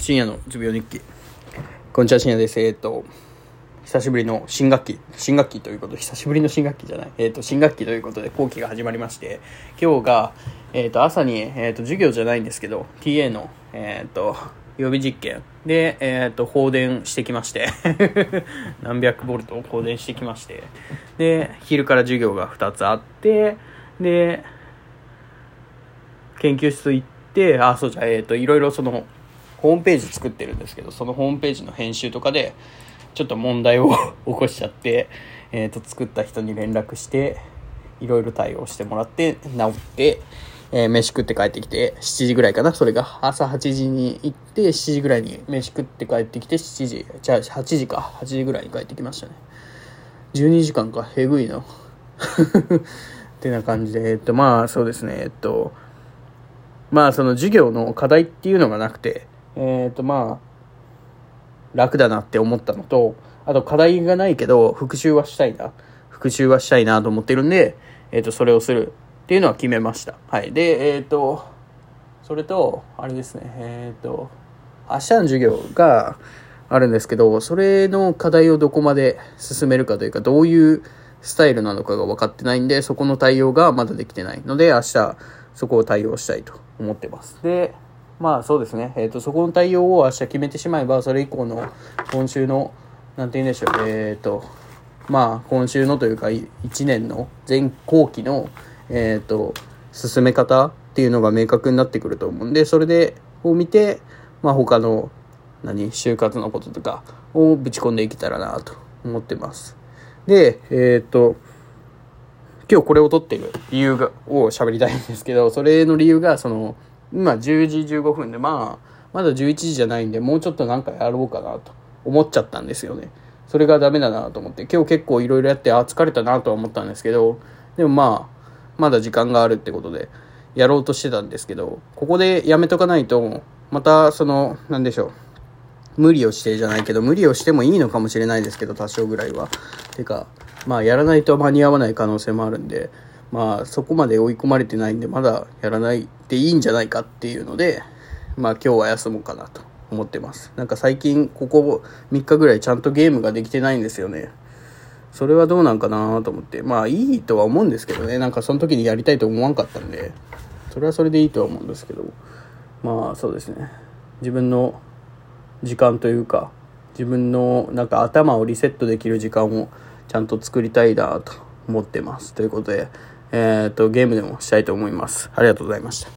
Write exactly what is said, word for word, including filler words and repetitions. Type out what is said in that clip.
深夜のうつ病日記。こんにちは、深夜です。えっ、ー、と久しぶりの新学期新学期ということで久しぶりの新学期じゃないえっ、ー、と新学期ということで後期が始まりまして、今日がえっ、ー、と朝にえっ、と授業じゃないんですけど ティーエー のえっ、と予備実験でえっ、と放電してきまして何百ボルトを放電してきまして、で昼から授業がふたつあって、で研究室行って、あそうじゃえっ、といろいろそのホームページ作ってるんですけど、そのホームページの編集とかでちょっと問題を起こしちゃって、えー、と作った人に連絡していろいろ対応してもらって治って、えー、飯食って帰ってきてしちじぐらいかな。それが朝はちじに行ってしちじぐらいに飯食って帰ってきてしちじじゃあはちじかはちじぐらいに帰ってきましたね。じゅうにじかんか、へぐいなってな感じで、えっとまあそうですねえっとまあその授業の課題っていうのがなくて、えっとまあ楽だなって思ったのと、あと課題がないけど復習はしたいな復習はしたいなと思ってるんで、えっとそれをするっていうのは決めました。はい。でえっとそれとあれですねえっと明日の授業があるんですけど、それの課題をどこまで進めるかというか、どういうスタイルなのかが分かってないんで、そこの対応がまだできてないので、明日そこを対応したいと思ってます。でまあそうですね、えーと、そこの対応を明日決めてしまえば、それ以降の今週のなんて言うんでしょう、えーとまあ今週のというかいちねんの前後期のえーと進め方っていうのが明確になってくると思うんで、それでを見て、まあ他の何就活のこととかをぶち込んでいけたらなと思ってます。でえっ、ー、と今日これを撮ってる理由がを喋りたいんですけど、それの理由がその今じゅうじじゅうごふんで、まあまだじゅういちじじゃないんで、もうちょっとなんかやろうかなと思っちゃったんですよね。それがダメだなと思って、今日結構いろいろやって、あ疲れたなとは思ったんですけど、でもまあまだ時間があるってことでやろうとしてたんですけど、ここでやめとかないとまたそのなんでしょう、無理をしてじゃないけど、無理をしてもいいのかもしれないですけど、多少ぐらいはてかまあやらないと間に合わない可能性もあるんで、まあそこまで追い込まれてないんで、まだやらないでいいんじゃないかっていうので、まあ今日は休もうかなと思ってます。なんか最近ここみっかぐらいちゃんとゲームができてないんですよね。それはどうなんかなと思って、まあいいとは思うんですけどね、なんかその時にやりたいと思わんかったんで、それはそれでいいとは思うんですけど、まあそうですね、自分の時間というか、自分のなんか頭をリセットできる時間をちゃんと作りたいなと思ってます。ということで、えーとゲームでもしたいと思います。ありがとうございました。